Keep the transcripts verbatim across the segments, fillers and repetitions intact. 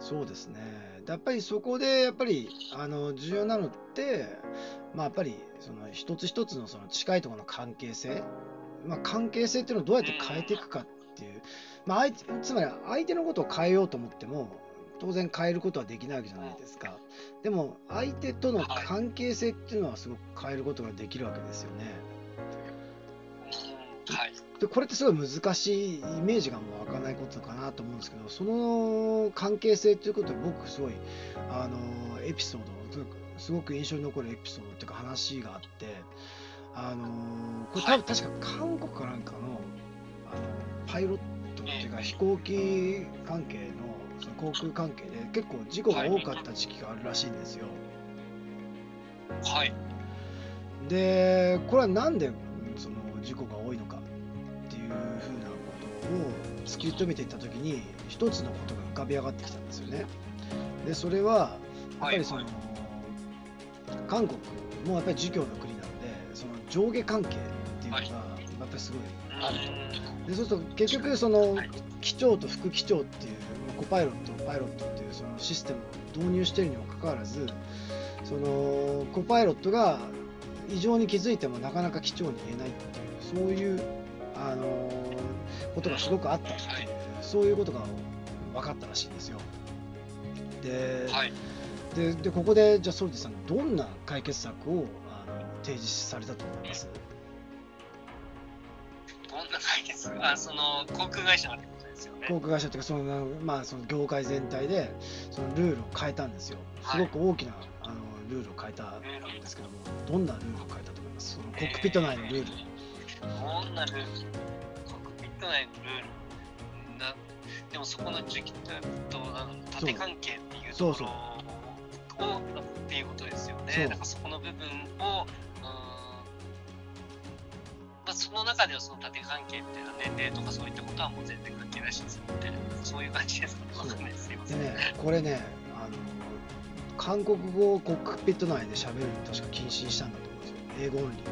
そうですね。やっぱりそこでやっぱりあの重要なのって、まあ、やっぱりその一つ一つのその近いところの関係性、まあ、関係性っていうのをどうやって変えていくかっていう、まあ、相手つまり相手のことを変えようと思っても当然変えることはできないわけじゃないですか。でも相手とのはい。 関係性っていうのはすごく変えることができるわけですよね。 うん、はい。 でこれってすごい難しいイメージがもう湧かないことかなと思うんですけど、その関係性ということで僕すごいあのエピソードすごく印象に残るエピソードっていうか話があって、あのこれはい。 多分確か韓国かなんかのあのパイロットっていうかえ飛行機関係のその航空関係で結構事故ー、はい。 が多かった時期があるらしいんですよ。 はい。 でこれはなんでその事故が多いのかっていうふうなことを突き止めていった時に一つのことが浮かび上がってきたんですよね。でそれはやっはい。 ぱりそのはい。 韓国もやっぱり儒教の国なのでその上下関係っていうのがはい。 やっぱりすごいうあると。 ーん。 でそうすると結局そのはい。 機長と副機長っていうコパイロットパイロットっていうそのシステムを導入しているにもかかわらずそのコパイロットが異常に気づいてもなかなか機長に言えないっていうそういうあのことうん。 がすごくあったっていうはい。 そういうことが分かったらしいんですよ。ではい。 ででここでじゃあソルティさんどんな解決策をあの提示されたと思います？ どんな解決あ、その、航空会社がってことですよね。 航空会社というかその、まあ、その業界全体でそのルールを変えたんですよ。すはい。 ごく大きなあのルールを変えたんルール。 ですけども、どんなルールを変えたと思います？そのコックピット内のルール。 えー、どんなルール、コックピット内のルールな、でもそこの時期と、あの、 そう縦関係っていうとそうそうころを、っていうことですよね。だそうからそこの部分を、うーん、まあ、その中ではその縦関係っていうのは年齢とかそういったことはもう全然関係ないしですので、そういう感じですかね。わそうかんないです。すいません。 でねこれねあの韓国語をコックピット内で喋るの確か禁止にしたんだと思うんですよ。英語オンリー。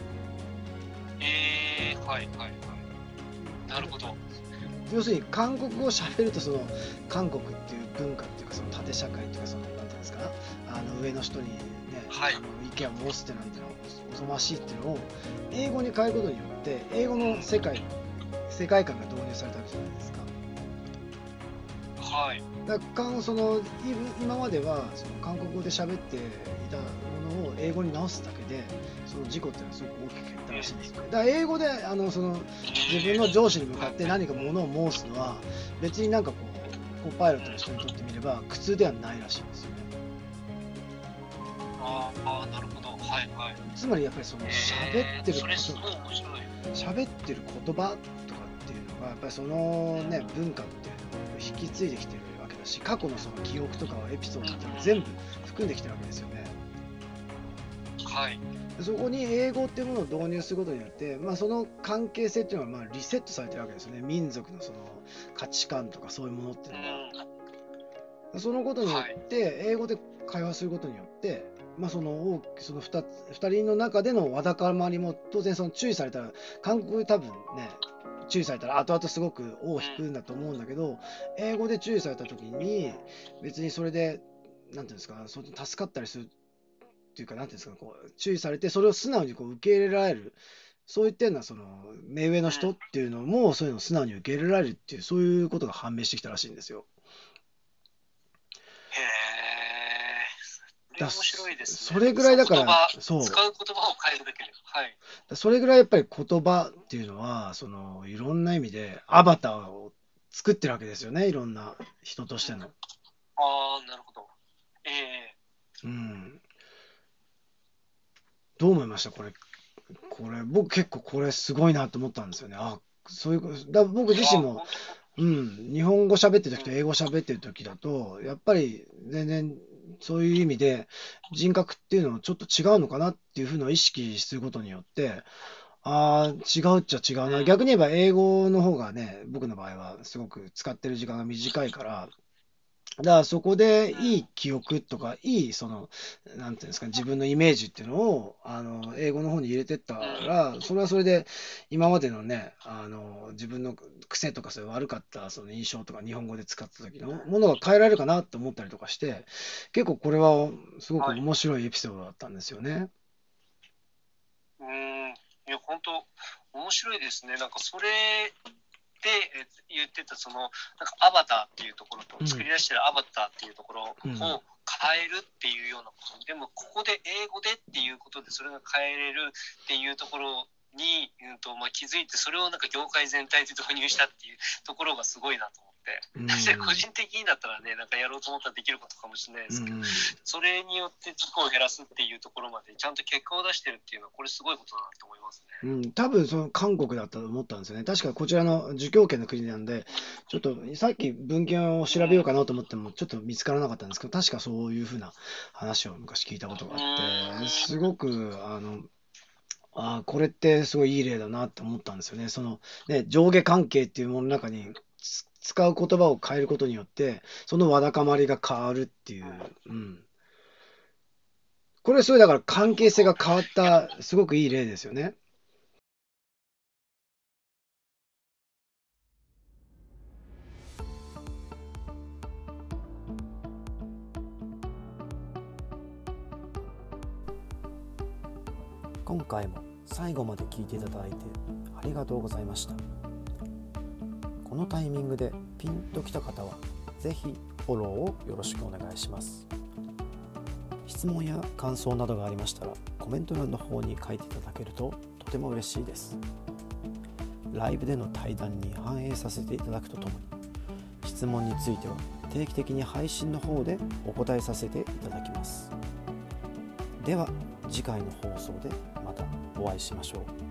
えー、はいはいはい。なるほど。 要するに韓国語を喋るとその韓国っていう文化っていうかその縦社会っていうかそのなんていうんですかあの上の人にねはい。 あの意見を申すってなんてのはおぞましいっていうのを英語に変えることによって英語の世界世界観が導入されたわけじゃないですか。 はい。 だからその今まではその韓国語で喋っていたものを英語に直すだけでその事故っていうのはすごく大きく減ったらしいんですよね。だから英語であのその自分の上司に向かって何かものを申すのは別になんかこうコパイロットの人にとってみれば苦痛ではないらしいんですよね。 ああ、なるほど。はいはい。 つまりやっぱりその喋っえー、 てるこそれすごい面白い。 と喋ってる言葉とかっていうのがやっぱりそのね文化っていうのを引き継いできてるわけだし過去のその記憶とかエピソードっていうのを全部含んできてるわけですよね。 はい。 そこに英語っていうものを導入することによって、まあ、その関係性っていうのはまあリセットされてるわけですよね。民族のその価値観とかそういうものっていうのが。そのことによっはい。 て英語で会話することによって、まあ、そのその 2, 二人の中でのわだかまりも当然その注意されたら韓国で多分ね注意されたら後々すごく尾を引くんだと思うんだけど英語で注意された時に別にそれでなんていうんですかそ助かったりするっていうかなんていうんですかこう注意されてそれを素直にこう受け入れられるそういったようなその目上の人っていうのもそういうのを素直に受け入れられるっていうそういうことが判明してきたらしいんですよ。 へえ、それだ面白いですね。 それぐらいだからその言葉、 そう使う言葉を変えるだけで。はい。 それぐらいやっぱり言葉っていうのはそのいろんな意味でアバターを作ってるわけですよねいろんな人としての。 ああ、なるほど。ええうん、どう思いましたこれ？これ僕結構これすごいなと思ったんですよね。あそういうだ僕いや、 自身も、 本当、 うん、日本語喋ってる時とうん、 英語喋ってる時だとやっぱり全然そういう意味で人格っていうのはちょっと違うのかなっていうふうのを意識することによってああ、違うっちゃ違うな。 うん、 逆に言えば英語の方がね、僕の場合はすごく使ってる時間が短いから、 だからそこでいい記憶とか、いいその、なんていうんですか、自分のイメージっていうのを、あの、英語の方に入れてったら、それはそれで、今までのね、あの、自分の癖とかそういう悪かったその印象とか、日本語で使った時のものが変えられるかなと思ったりとかして、結構これはすごくはい。 面白いエピソードだったんですよね。 うーん。いや、本当面白いですね。なんかそれでえ言ってたそのなんかアバターっていうところと、 うん、 作り出してるアバターっていうところをうん、 変えるっていうようなことでもここで英語でっていうことでそれが変えれるっていうところに、うんとまあ、気づいてそれをなんか業界全体で導入したっていうところがすごいなと思って。 う確かに個ん、 人的にだったらね、なんかやろうと思ったらできることかもしれないでうすけど、 ん。 それによって事故を減らすっていうところまでちゃんと結果を出してるっていうのはこれすごいことだなと思いますね。 うん、多分その韓国だったと思ったんですよね。確かこちらの儒教圏の国なんで、ちょっとさっき文献を調べようかなと思っても、ちょっと見つからなかったんですけど、確かそういうふうな話を昔聞いたことがあって、すごく、あの、あーこれってすごいいい例だなって思ったんですよね。その、ね、上下関係っていうものの中につ使う言葉を変えることによって、そのわだかまりが変わるっていう、うん。これ、それだからなるほど。 関係性が変わっいや、 た、すごくいい例ですよね。今回も最後まで聞いていただいてありがとうございました。このタイミングでピンときた方はぜひフォローをよろしくお願いします。質問や感想などがありましたらコメント欄の方に書いていただけるととても嬉しいです。ライブでの対談に反映させていただくとともに、質問については定期的に配信の方でお答えさせていただきます。では次回の放送でまたお会いしましょう。